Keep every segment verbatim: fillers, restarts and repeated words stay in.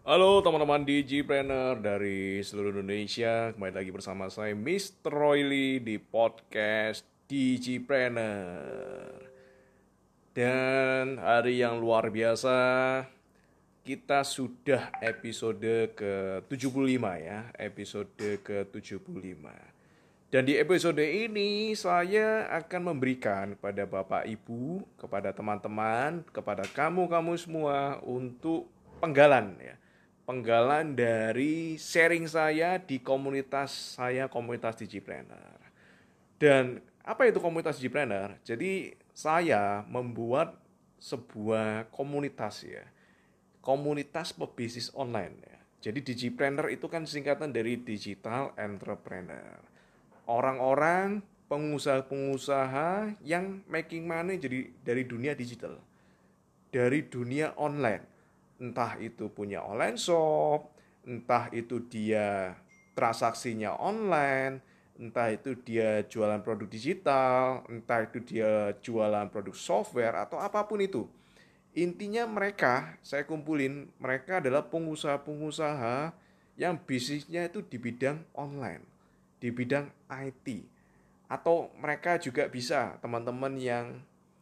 Halo teman-teman Digipreneur dari seluruh Indonesia. Kembali lagi bersama saya mister Royli di podcast Digipreneur. Dan hari yang luar biasa, kita sudah episode ke tujuh puluh lima ya, episode ke tujuh puluh lima. Dan di episode ini saya akan memberikan kepada Bapak Ibu, kepada teman-teman, kepada kamu-kamu semua untuk penggalan ya. Penggalan dari sharing saya di komunitas saya, komunitas Digipreneur. Dan apa itu komunitas Digipreneur? Jadi saya membuat sebuah komunitas ya. Komunitas pebisnis online ya. Jadi Digipreneur itu kan singkatan dari Digital Entrepreneur. Orang-orang pengusaha-pengusaha yang making money jadi dari dunia digital, dari dunia online. Entah itu punya online shop, entah itu dia transaksinya online, entah itu dia jualan produk digital, entah itu dia jualan produk software atau apapun itu. Intinya mereka, saya kumpulin, mereka adalah pengusaha-pengusaha yang bisnisnya itu di bidang online, di bidang I T. Atau mereka juga bisa teman-teman yang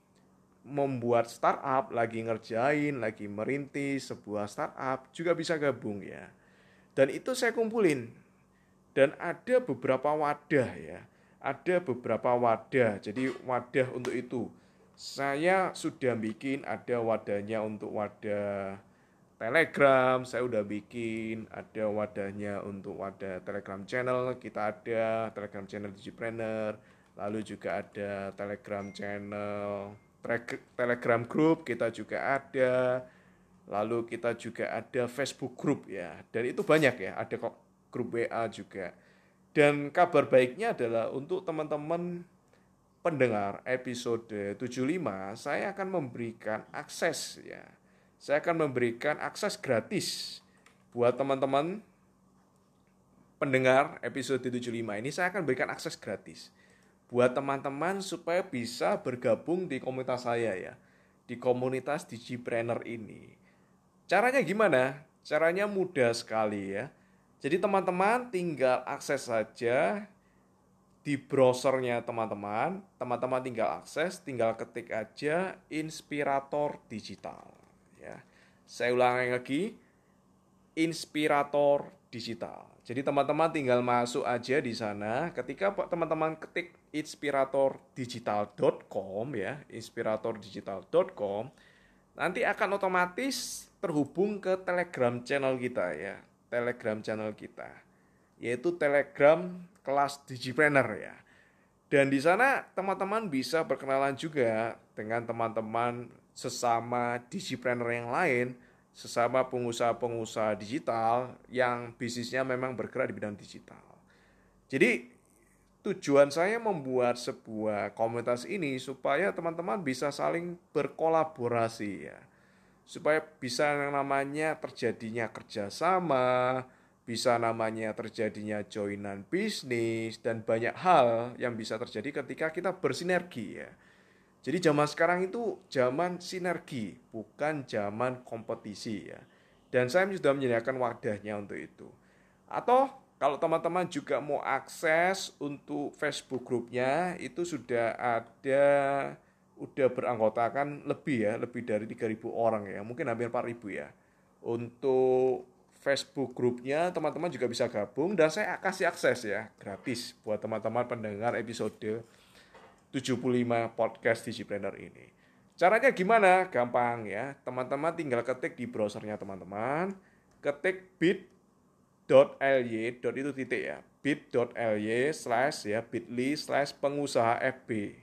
membuat startup, lagi ngerjain, lagi merintis sebuah startup, juga bisa gabung ya. Dan itu saya kumpulin. Dan ada beberapa wadah ya. Ada beberapa wadah. Jadi wadah untuk itu. Saya sudah bikin ada wadahnya untuk wadah Telegram, saya udah bikin ada wadahnya untuk wadah Telegram channel, kita ada Telegram channel Digipreneur, lalu juga ada Telegram channel Telegram group kita juga ada, lalu kita juga ada Facebook group ya, dan itu banyak ya, ada kok grup W A juga. Dan kabar baiknya adalah untuk teman-teman pendengar episode tujuh puluh lima, saya akan memberikan akses ya. Saya akan memberikan akses gratis buat teman-teman pendengar episode tujuh puluh lima ini, saya akan berikan akses gratis buat teman-teman supaya bisa bergabung di komunitas saya ya. Di komunitas Digipreneur ini. Caranya gimana? Caranya mudah sekali ya. Jadi teman-teman tinggal akses saja di browsernya teman-teman, teman-teman tinggal akses, tinggal ketik aja Inspirator Digital ya. Saya ulangi lagi, Inspirator Digital. Jadi teman-teman tinggal masuk aja di sana. Ketika teman-teman ketik inspirator digital dot com ya, inspirator digital dot com, nanti akan otomatis terhubung ke Telegram channel kita ya. Telegram channel kita, yaitu Telegram kelas Digipreneur ya. Dan di sana teman-teman bisa berkenalan juga dengan teman-teman sesama Digipreneur yang lain, sesama pengusaha-pengusaha digital yang bisnisnya memang bergerak di bidang digital. Jadi tujuan saya membuat sebuah komunitas ini supaya teman-teman bisa saling berkolaborasi ya. Supaya bisa yang namanya terjadinya kerjasama, bisa namanya terjadinya joinan bisnis, dan banyak hal yang bisa terjadi ketika kita bersinergi ya. Jadi zaman sekarang itu zaman sinergi, bukan zaman kompetisi ya. Dan saya sudah menyediakan wadahnya untuk itu. Atau kalau teman-teman juga mau akses untuk Facebook grupnya, itu sudah ada, udah beranggotakan lebih ya, lebih dari tiga ribu orang ya, mungkin hampir empat ribu ya. Untuk Facebook grupnya teman-teman juga bisa gabung dan saya kasih akses ya, gratis buat teman-teman pendengar episode tujuh puluh lima podcast Digipreneur ini. Caranya gimana? Gampang ya. Teman-teman tinggal ketik di browsernya teman-teman, ketik bit.ly, dot itu titik ya, bit.ly slash ya, bit.ly slash pengusaha fb,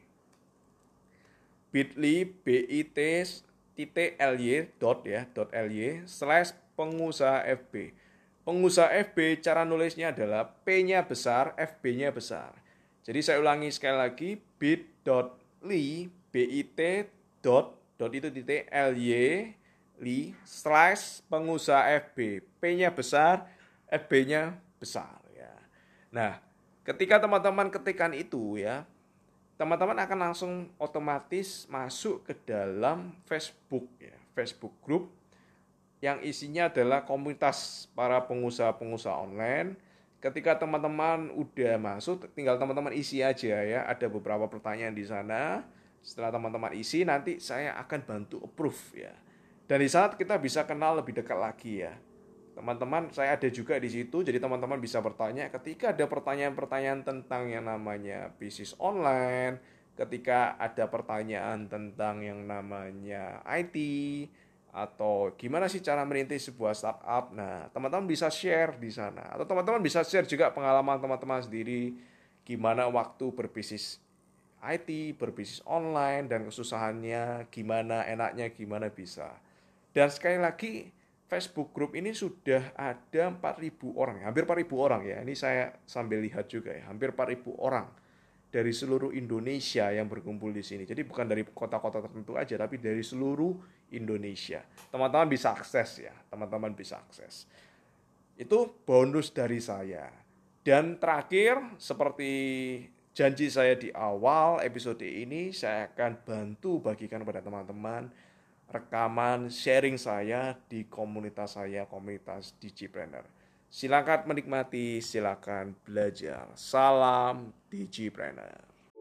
bit.ly bit titik ly dot ya, dot ly slash pengusaha fb. Pengusaha F B cara nulisnya adalah P-nya besar, F B-nya besar. Jadi saya ulangi sekali lagi, bit.ly bit dot dot itu titik ly li slash pengusaha F B. P-nya besar, F B-nya besar ya. Nah, ketika teman-teman ketikkan itu ya, teman-teman akan langsung otomatis masuk ke dalam Facebook ya, Facebook group yang isinya adalah komunitas para pengusaha-pengusaha online. Ketika teman-teman udah masuk, tinggal teman-teman isi aja ya. Ada beberapa pertanyaan di sana. Setelah teman-teman isi, nanti saya akan bantu approve ya. Dan di saat kita bisa kenal lebih dekat lagi ya. Teman-teman, saya ada juga di situ. Jadi teman-teman bisa bertanya ketika ada pertanyaan-pertanyaan tentang yang namanya bisnis online, ketika ada pertanyaan tentang yang namanya I T, atau gimana sih cara merintis sebuah startup. Nah, teman-teman bisa share di sana. Atau teman-teman bisa share juga pengalaman teman-teman sendiri, gimana waktu berbisnis I T, berbisnis online, dan kesusahannya, gimana enaknya, gimana bisa. Dan sekali lagi, Facebook group ini sudah ada empat ribu orang, hampir empat ribu orang ya. Ini saya sambil lihat juga ya, hampir empat ribu orang dari seluruh Indonesia yang berkumpul di sini. Jadi bukan dari kota-kota tertentu aja, tapi dari seluruh Indonesia. Teman-teman bisa akses ya, teman-teman bisa akses. Itu bonus dari saya. Dan terakhir, seperti janji saya di awal episode ini, saya akan bantu bagikan kepada teman-teman rekaman sharing saya di komunitas saya, komunitas Digipreneur. Silakan menikmati, silakan belajar. Salam Digipreneur.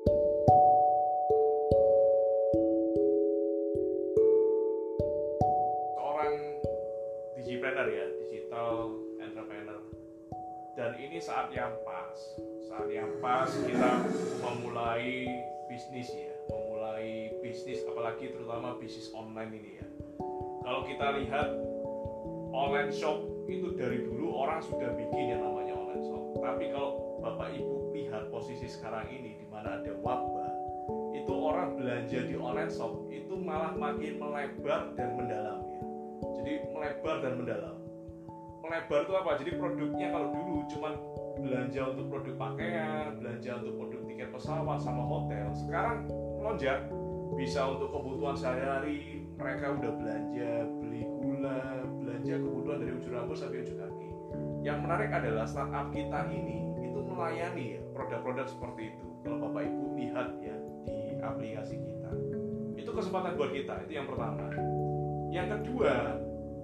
Seorang Digipreneur ya, digital entrepreneur. Dan ini saat yang pas. Saat yang pas kita memulai bisnis ya, memulai bisnis apalagi terutama bisnis online ini ya. Kalau kita lihat online shop itu dari dulu orang sudah bikin yang namanya online shop. Tapi kalau Bapak Ibu lihat posisi sekarang ini di mana ada wabah, itu orang belanja di online shop itu malah makin melebar dan mendalam ya. Jadi melebar dan mendalam. Melebar itu apa? Jadi produknya kalau dulu cuma belanja untuk produk pakaian, belanja untuk produk tiket pesawat sama hotel, sekarang melonjak bisa untuk kebutuhan sehari-hari. Mereka udah belanja, beli gula, belanja kebutuhan dari ujung rambut sampai ujung kaki. Yang menarik adalah startup kita ini itu melayani ya, produk-produk seperti itu. Kalau Bapak Ibu lihat ya di aplikasi kita, itu kesempatan buat kita. Itu yang pertama. Yang kedua,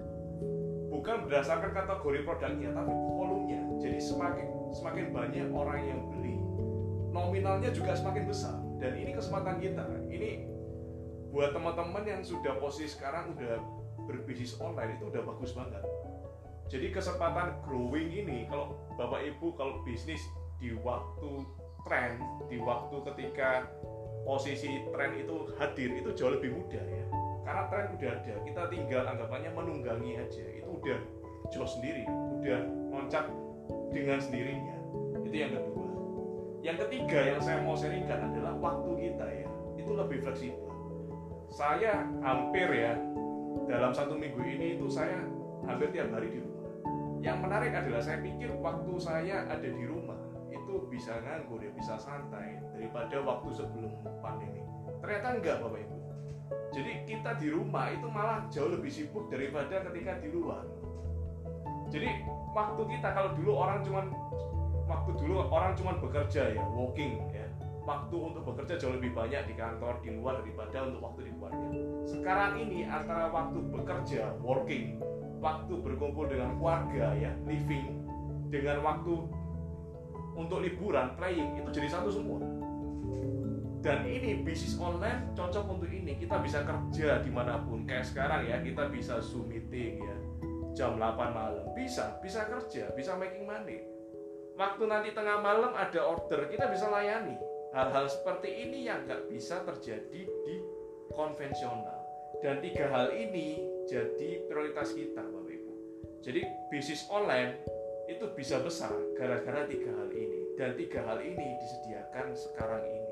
bukan berdasarkan kategori produknya, tapi volumenya. Jadi semakin semakin banyak orang yang beli, nominalnya juga semakin besar. Dan ini kesempatan kita. Ini buat teman-teman yang sudah posisi sekarang udah berbisnis online itu udah bagus banget. Jadi kesempatan growing ini, kalau Bapak Ibu kalau bisnis di waktu tren, di waktu ketika posisi tren itu hadir, itu jauh lebih mudah ya. Karena tren udah ada, kita tinggal anggapannya menunggangi aja. Itu udah jelas sendiri, udah loncat dengan sendirinya. Itu yang kedua. Yang ketiga yang saya mau sharingkan adalah waktu kita ya, itu lebih fleksibel. Saya hampir ya dalam satu minggu ini itu saya hampir tiap hari di rumah. Yang menarik adalah saya pikir waktu saya ada di rumah itu bisa nganggur ya, bisa santai daripada waktu sebelum pandemi. Ternyata enggak Bapak Ibu. Jadi kita di rumah itu malah jauh lebih sibuk daripada ketika di luar. Jadi waktu kita, kalau dulu orang cuman waktu dulu orang cuman bekerja ya, walking ya. Waktu untuk bekerja jauh lebih banyak di kantor, di luar daripada untuk waktu di keluarga. Sekarang ini antara waktu bekerja, working, waktu berkumpul dengan keluarga ya, living, dengan waktu untuk liburan, playing, itu jadi satu semua. Dan ini bisnis online cocok untuk ini. Kita bisa kerja dimanapun. Kayak sekarang ya, kita bisa Zoom meeting ya, jam delapan malam. Bisa, bisa kerja, bisa making money. Waktu nanti tengah malam ada order, kita bisa layani. Hal-hal seperti ini yang nggak bisa terjadi di konvensional. Dan tiga hal ini jadi prioritas kita Bapak Ibu. Jadi bisnis online itu bisa besar gara-gara tiga hal ini. Dan tiga hal ini disediakan sekarang ini.